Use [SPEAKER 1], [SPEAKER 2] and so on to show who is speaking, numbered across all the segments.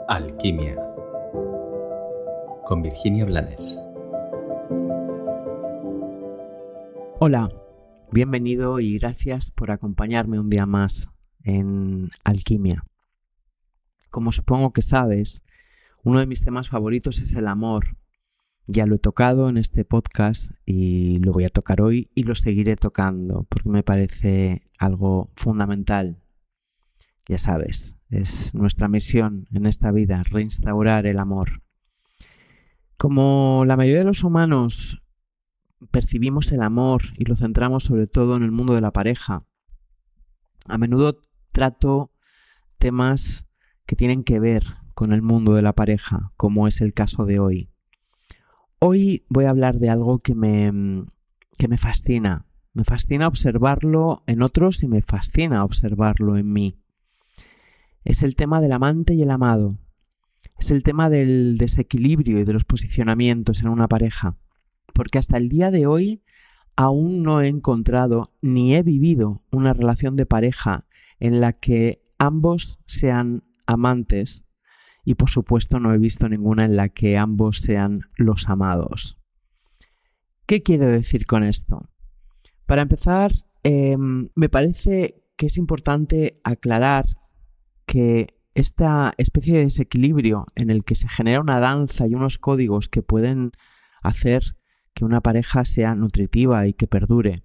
[SPEAKER 1] Alquimia con Virginia Blanes.
[SPEAKER 2] Hola, bienvenido y gracias por acompañarme un día más en Alquimia. Como supongo que sabes, uno de mis temas favoritos es el amor. Ya lo he tocado en este podcast y lo voy a tocar hoy y lo seguiré tocando porque me parece algo fundamental. Ya sabes, es nuestra misión en esta vida, reinstaurar el amor. Como la mayoría de los humanos percibimos el amor y lo centramos sobre todo en el mundo de la pareja, a menudo trato temas que tienen que ver con el mundo de la pareja, como es el caso de hoy. Hoy voy a hablar de algo que me fascina. Me fascina observarlo en otros y me fascina observarlo en mí. Es el tema del amante y el amado. Es el tema del desequilibrio y de los posicionamientos en una pareja. Porque hasta el día de hoy aún no he encontrado ni he vivido una relación de pareja en la que ambos sean amantes y por supuesto no he visto ninguna en la que ambos sean los amados. ¿Qué quiero decir con esto? Para empezar, me parece que es importante aclarar que esta especie de desequilibrio en el que se genera una danza y unos códigos que pueden hacer que una pareja sea nutritiva y que perdure,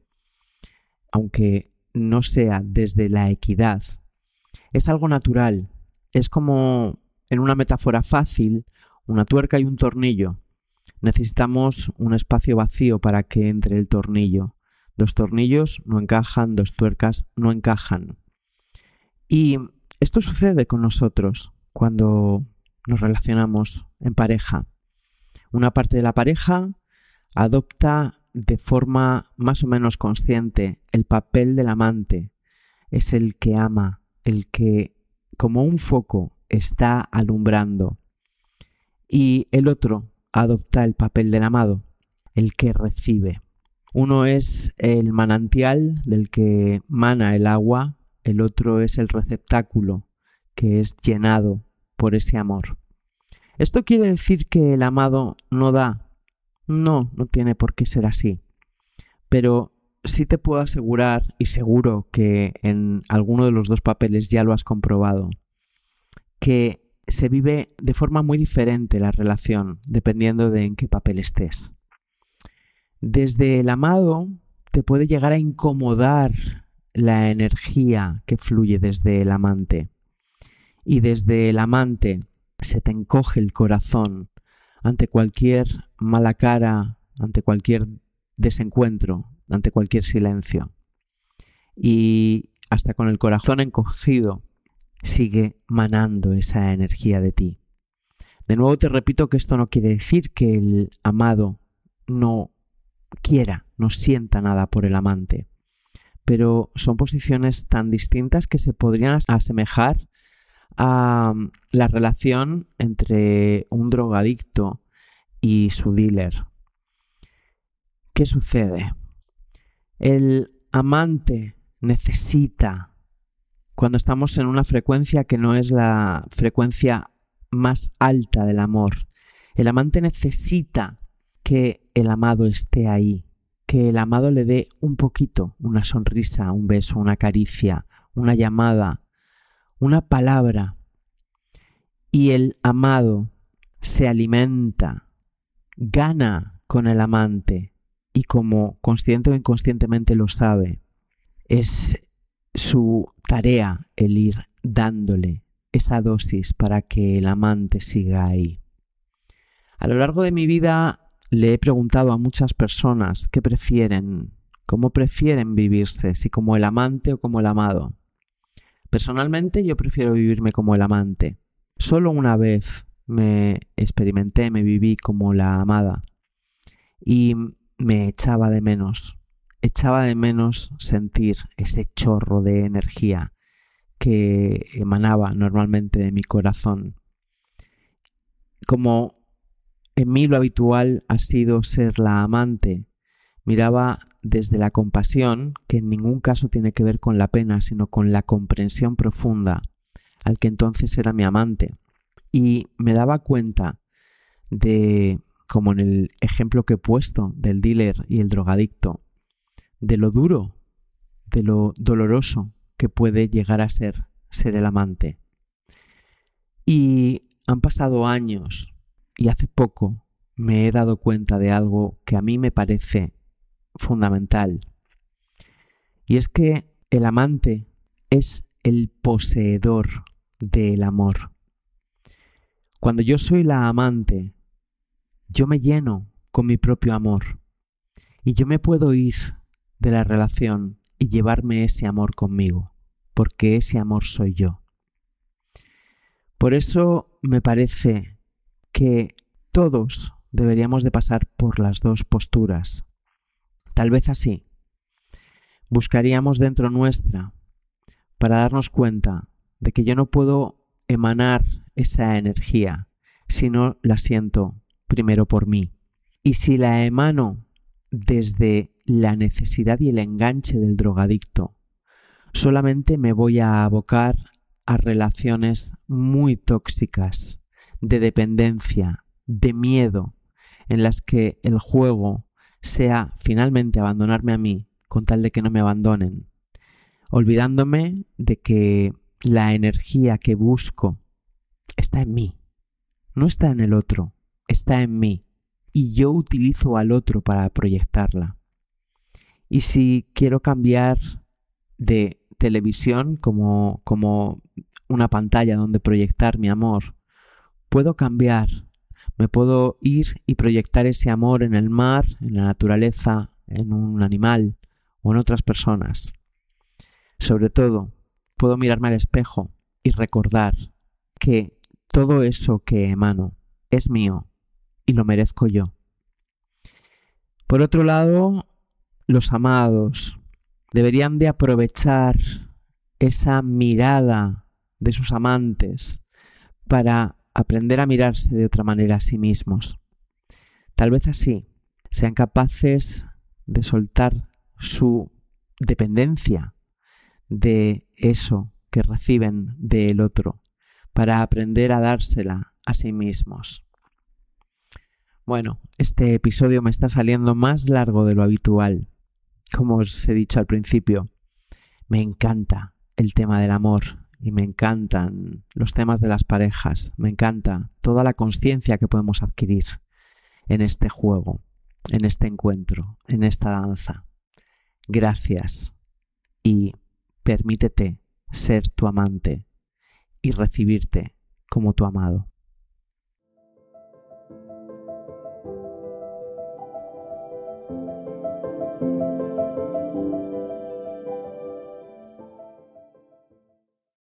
[SPEAKER 2] aunque no sea desde la equidad, es algo natural. Es como, en una metáfora fácil, una tuerca y un tornillo. Necesitamos un espacio vacío para que entre el tornillo. Dos tornillos no encajan, dos tuercas no encajan. Y esto sucede con nosotros cuando nos relacionamos en pareja. Una parte de la pareja adopta de forma más o menos consciente el papel del amante. Es el que ama, el que como un foco está alumbrando. Y el otro adopta el papel del amado, el que recibe. Uno es el manantial del que mana el agua, el otro es el receptáculo que es llenado por ese amor. ¿Esto quiere decir que el amado no da? No tiene por qué ser así. Pero sí te puedo asegurar, y seguro que en alguno de los dos papeles ya lo has comprobado, que se vive de forma muy diferente la relación, dependiendo de en qué papel estés. Desde el amado te puede llegar a incomodar la energía que fluye desde el amante. Y desde el amante se te encoge el corazón ante cualquier mala cara, ante cualquier desencuentro, ante cualquier silencio. Y hasta con el corazón encogido sigue manando esa energía de ti. De nuevo te repito que esto no quiere decir que el amado no quiera, no sienta nada por el amante. Pero son posiciones tan distintas que se podrían asemejar a la relación entre un drogadicto y su dealer. ¿Qué sucede? El amante necesita, cuando estamos en una frecuencia que no es la frecuencia más alta del amor, el amante necesita que el amado esté ahí, que el amado le dé un poquito, una sonrisa, un beso, una caricia, una llamada, una palabra. Y el amado se alimenta, gana con el amante y como consciente o inconscientemente lo sabe, es su tarea el ir dándole esa dosis para que el amante siga ahí. A lo largo de mi vida le he preguntado a muchas personas qué prefieren, cómo prefieren vivirse, si como el amante o como el amado. Personalmente yo prefiero vivirme como el amante. Solo una vez me viví como la amada y me echaba de menos sentir ese chorro de energía que emanaba normalmente de mi corazón. Como en mí lo habitual ha sido ser la amante, miraba desde la compasión, que en ningún caso tiene que ver con la pena, sino con la comprensión profunda, al que entonces era mi amante. Y me daba cuenta de, como en el ejemplo que he puesto del dealer y el drogadicto, de lo duro, de lo doloroso que puede llegar a ser el amante. Y han pasado años y hace poco me he dado cuenta de algo que a mí me parece fundamental. Y es que el amante es el poseedor del amor. Cuando yo soy la amante, yo me lleno con mi propio amor y yo me puedo ir de la relación y llevarme ese amor conmigo, porque ese amor soy yo. Por eso me parece que todos deberíamos de pasar por las dos posturas. Tal vez así buscaríamos dentro nuestra para darnos cuenta de que yo no puedo emanar esa energía si no la siento primero por mí. Y si la emano desde la necesidad y el enganche del drogadicto, solamente me voy a abocar a relaciones muy tóxicas, de dependencia, de miedo, en las que el juego sea finalmente abandonarme a mí con tal de que no me abandonen, olvidándome de que la energía que busco está en mí, no está en el otro, está en mí y yo utilizo al otro para proyectarla. Y si quiero cambiar de televisión como una pantalla donde proyectar mi amor, puedo cambiar, me puedo ir y proyectar ese amor en el mar, en la naturaleza, en un animal o en otras personas. Sobre todo, puedo mirarme al espejo y recordar que todo eso que emano es mío y lo merezco yo. Por otro lado, los amados deberían de aprovechar esa mirada de sus amantes para aprender a mirarse de otra manera a sí mismos. Tal vez así sean capaces de soltar su dependencia de eso que reciben del otro para aprender a dársela a sí mismos. Bueno, este episodio me está saliendo más largo de lo habitual. Como os he dicho al principio, me encanta el tema del amor y me encantan los temas de las parejas. Me encanta toda la conciencia que podemos adquirir en este juego, en este encuentro, en esta danza. Gracias y permítete ser tu amante y recibirte como tu amado.